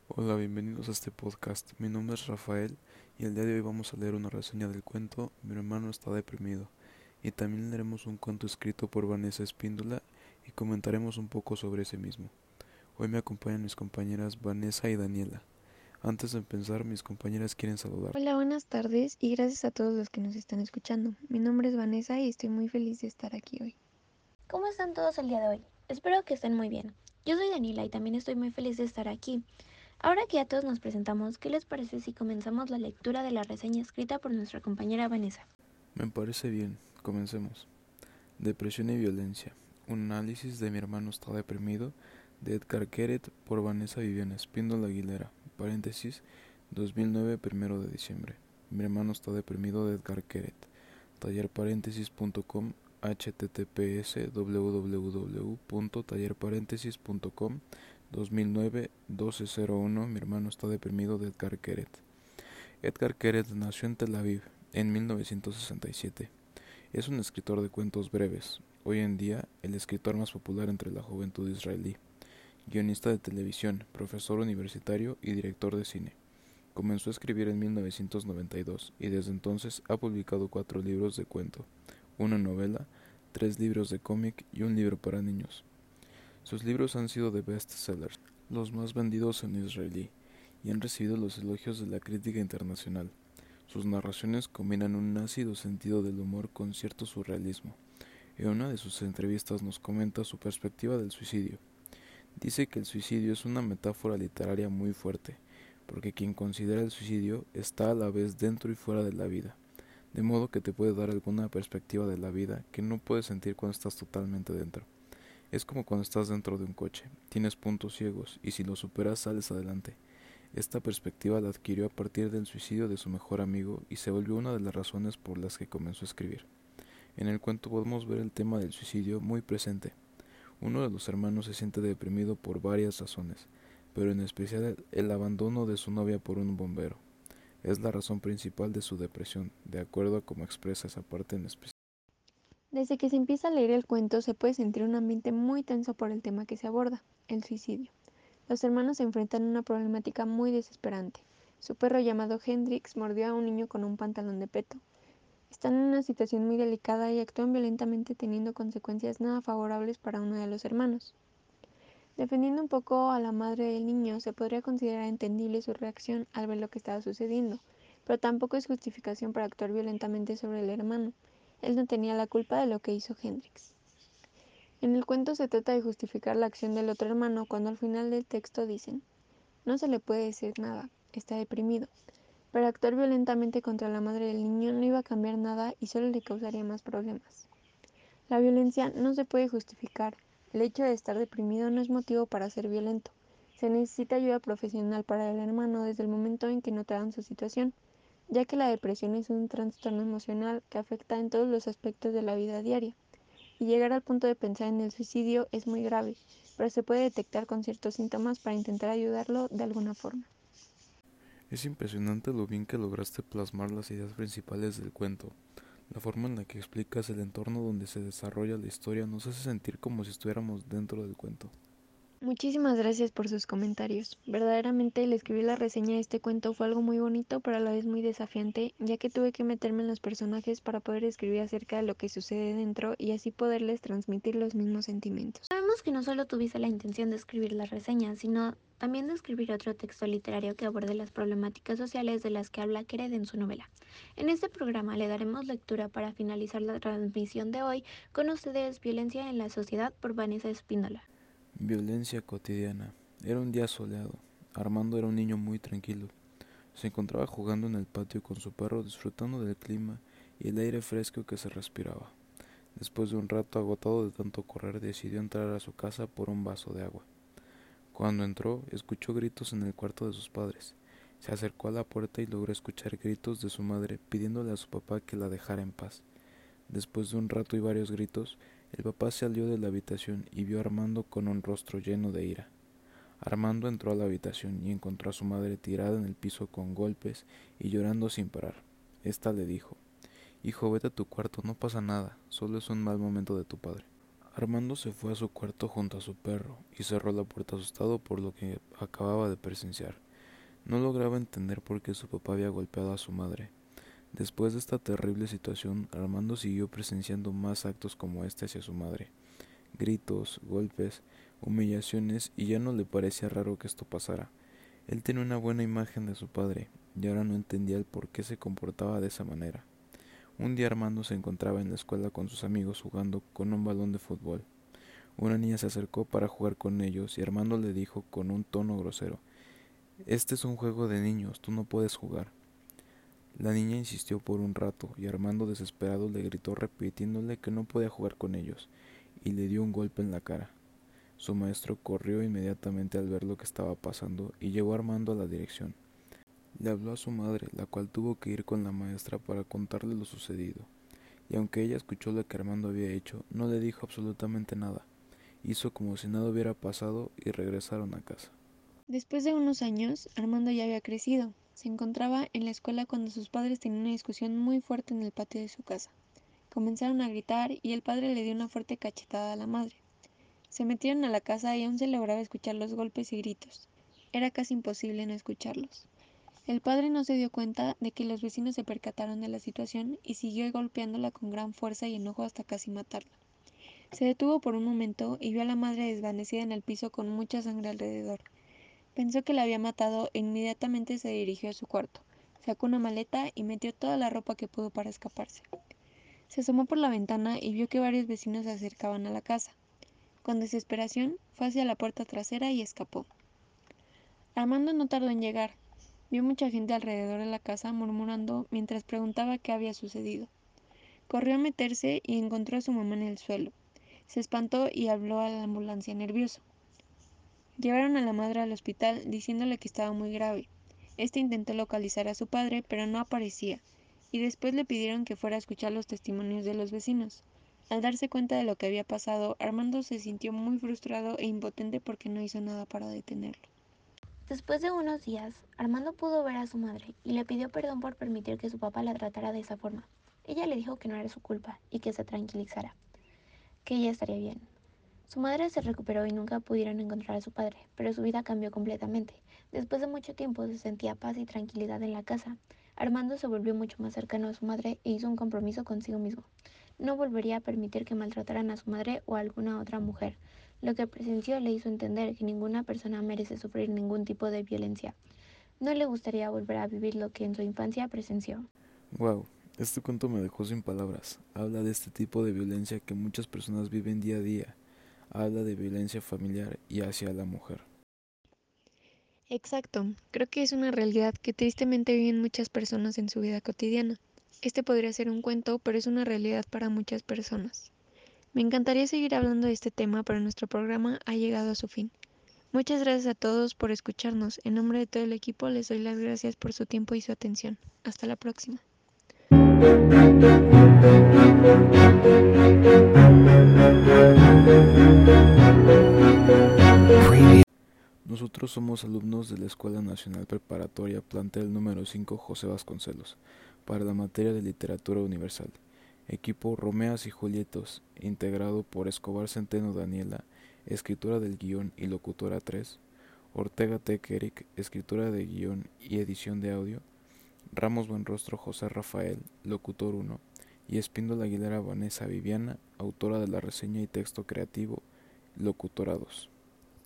Hola, bienvenidos a este podcast. Mi nombre es Rafael y el día de hoy vamos a leer una reseña del cuento Mi hermano está deprimido, y también leeremos un cuento escrito por Vanessa Espíndola y comentaremos un poco sobre ese mismo. Hoy me acompañan mis compañeras Vanessa y Daniela. Antes de empezar, mis compañeras quieren saludar. Hola, buenas tardes y gracias a todos los que nos están escuchando. Mi nombre es Vanessa y estoy muy feliz de estar aquí hoy. ¿Cómo están todos el día de hoy? Espero que estén muy bien. Yo soy Daniela y también estoy muy feliz de estar aquí. Ahora que ya todos nos presentamos, ¿qué les parece si comenzamos la lectura de la reseña escrita por nuestra compañera Vanessa? Me parece bien, comencemos. Depresión y violencia. Un análisis de Mi hermano está deprimido, de Edgar Queret por Vanessa Viviana Espíndola Aguilera, paréntesis, 2009, 1 de diciembre. Mi hermano está deprimido, de Edgar Queret. Tallerparéntesis.com, https www.tallerparéntesis.com, 2009, 1201. Mi hermano está deprimido, de Edgar Queret. Edgar Queret nació en Tel Aviv en 1967. Es un escritor de cuentos breves, hoy en día el escritor más popular entre la juventud israelí, guionista de televisión, profesor universitario y director de cine. Comenzó a escribir en 1992 y desde entonces ha publicado 4 libros de cuento, una novela, 3 libros de cómic y un libro para niños. Sus libros han sido de bestsellers, los más vendidos en israelí, y han recibido los elogios de la crítica internacional. Sus narraciones combinan un ácido sentido del humor con cierto surrealismo. En una de sus entrevistas nos comenta su perspectiva del suicidio. Dice que el suicidio es una metáfora literaria muy fuerte, porque quien considera el suicidio está a la vez dentro y fuera de la vida, de modo que te puede dar alguna perspectiva de la vida que no puedes sentir cuando estás totalmente dentro. Es como cuando estás dentro de un coche, tienes puntos ciegos y si los superas sales adelante. Esta perspectiva la adquirió a partir del suicidio de su mejor amigo y se volvió una de las razones por las que comenzó a escribir. En el cuento podemos ver el tema del suicidio muy presente. Uno de los hermanos se siente deprimido por varias razones, pero en especial el abandono de su novia por un bombero. Es la razón principal de su depresión, de acuerdo a cómo expresa esa parte en especial. Desde que se empieza a leer el cuento se puede sentir un ambiente muy tenso por el tema que se aborda, el suicidio. Los hermanos se enfrentan a una problemática muy desesperante. Su perro llamado Hendrix mordió a un niño con un pantalón de peto. Están en una situación muy delicada y actúan violentamente teniendo consecuencias nada favorables para uno de los hermanos. Defendiendo un poco a la madre del niño, se podría considerar entendible su reacción al ver lo que estaba sucediendo, pero tampoco es justificación para actuar violentamente sobre el hermano. Él no tenía la culpa de lo que hizo Hendrix. En el cuento se trata de justificar la acción del otro hermano cuando al final del texto dicen, no se le puede decir nada, está deprimido, pero actuar violentamente contra la madre del niño no iba a cambiar nada y solo le causaría más problemas. La violencia no se puede justificar. El hecho de estar deprimido no es motivo para ser violento. Se necesita ayuda profesional para el hermano desde el momento en que notaron su situación, ya que la depresión es un trastorno emocional que afecta en todos los aspectos de la vida diaria, y llegar al punto de pensar en el suicidio es muy grave, pero se puede detectar con ciertos síntomas para intentar ayudarlo de alguna forma. Es impresionante lo bien que lograste plasmar las ideas principales del cuento. La forma en la que explicas el entorno donde se desarrolla la historia nos hace sentir como si estuviéramos dentro del cuento. Muchísimas gracias por sus comentarios. Verdaderamente el escribir la reseña de este cuento fue algo muy bonito, pero a la vez muy desafiante, ya que tuve que meterme en los personajes para poder escribir acerca de lo que sucede dentro y así poderles transmitir los mismos sentimientos. Sabemos que no solo tuviste la intención de escribir la reseña, sino también de escribir otro texto literario que aborde las problemáticas sociales de las que habla Quered en su novela. En este programa le daremos lectura para finalizar la transmisión de hoy con ustedes Violencia en la Sociedad por Vanessa Espíndola. Violencia cotidiana. Era un día soleado. Armando era un niño muy tranquilo. Se encontraba jugando en el patio con su perro, disfrutando del clima y el aire fresco que se respiraba. Después de un rato agotado de tanto correr, decidió entrar a su casa por un vaso de agua. Cuando entró, escuchó gritos en el cuarto de sus padres. Se acercó a la puerta y logró escuchar gritos de su madre pidiéndole a su papá que la dejara en paz. Después de un rato y varios gritos, el papá salió de la habitación y vio a Armando con un rostro lleno de ira. Armando entró a la habitación y encontró a su madre tirada en el piso con golpes y llorando sin parar. Esta le dijo: Hijo, vete a tu cuarto, no pasa nada, solo es un mal momento de tu padre. Armando se fue a su cuarto junto a su perro y cerró la puerta asustado por lo que acababa de presenciar. No lograba entender por qué su papá había golpeado a su madre. Después de esta terrible situación, Armando siguió presenciando más actos como este hacia su madre. Gritos, golpes, humillaciones, y ya no le parecía raro que esto pasara. Él tenía una buena imagen de su padre, y ahora no entendía el por qué se comportaba de esa manera. Un día Armando se encontraba en la escuela con sus amigos jugando con un balón de fútbol. Una niña se acercó para jugar con ellos y Armando le dijo con un tono grosero: «Este es un juego de niños, tú no puedes jugar». La niña insistió por un rato y Armando, desesperado, le gritó repitiéndole que no podía jugar con ellos y le dio un golpe en la cara. Su maestro corrió inmediatamente al ver lo que estaba pasando y llevó a Armando a la dirección. Le habló a su madre, la cual tuvo que ir con la maestra para contarle lo sucedido, y aunque ella escuchó lo que Armando había hecho, no le dijo absolutamente nada. Hizo como si nada hubiera pasado y regresaron a casa. Después de unos años, Armando ya había crecido. Se encontraba en la escuela cuando sus padres tenían una discusión muy fuerte en el patio de su casa. Comenzaron a gritar y el padre le dio una fuerte cachetada a la madre. Se metieron a la casa y aún se lograba escuchar los golpes y gritos. Era casi imposible no escucharlos. El padre no se dio cuenta de que los vecinos se percataron de la situación y siguió golpeándola con gran fuerza y enojo hasta casi matarla. Se detuvo por un momento y vio a la madre desvanecida en el piso con mucha sangre alrededor. Pensó que la había matado e inmediatamente se dirigió a su cuarto. Sacó una maleta y metió toda la ropa que pudo para escaparse. Se asomó por la ventana y vio que varios vecinos se acercaban a la casa. Con desesperación, fue hacia la puerta trasera y escapó. Armando no tardó en llegar. Vio mucha gente alrededor de la casa murmurando mientras preguntaba qué había sucedido. Corrió a meterse y encontró a su mamá en el suelo. Se espantó y habló a la ambulancia nervioso. Llevaron a la madre al hospital diciéndole que estaba muy grave. Este intentó localizar a su padre, pero no aparecía, y después le pidieron que fuera a escuchar los testimonios de los vecinos. Al darse cuenta de lo que había pasado, Armando se sintió muy frustrado e impotente porque no hizo nada para detenerlo. Después de unos días, Armando pudo ver a su madre y le pidió perdón por permitir que su papá la tratara de esa forma. Ella le dijo que no era su culpa y que se tranquilizara, que ella estaría bien. Su madre se recuperó y nunca pudieron encontrar a su padre, pero su vida cambió completamente. Después de mucho tiempo se sentía paz y tranquilidad en la casa. Armando se volvió mucho más cercano a su madre e hizo un compromiso consigo mismo. No volvería a permitir que maltrataran a su madre o a alguna otra mujer. Lo que presenció le hizo entender que ninguna persona merece sufrir ningún tipo de violencia. No le gustaría volver a vivir lo que en su infancia presenció. Wow, este cuento me dejó sin palabras. Habla de este tipo de violencia que muchas personas viven día a día. Habla de violencia familiar y hacia la mujer. Exacto, creo que es una realidad que tristemente viven muchas personas en su vida cotidiana. Este podría ser un cuento, pero es una realidad para muchas personas. Me encantaría seguir hablando de este tema, pero nuestro programa ha llegado a su fin. Muchas gracias a todos por escucharnos. En nombre de todo el equipo les doy las gracias por su tiempo y su atención. Hasta la próxima. Nosotros somos alumnos de la Escuela Nacional Preparatoria Plantel número 5 José Vasconcelos, para la materia de Literatura Universal. Equipo Romeas y Julietos, integrado por Escobar Centeno Daniela, escritura del guión y locutora 3, Ortega Tec Eric, escritura de guión y edición de audio, Ramos Buenrostro José Rafael, locutor 1, y Espíndola Aguilera Vanessa Viviana, autora de la reseña y texto creativo, locutora 2.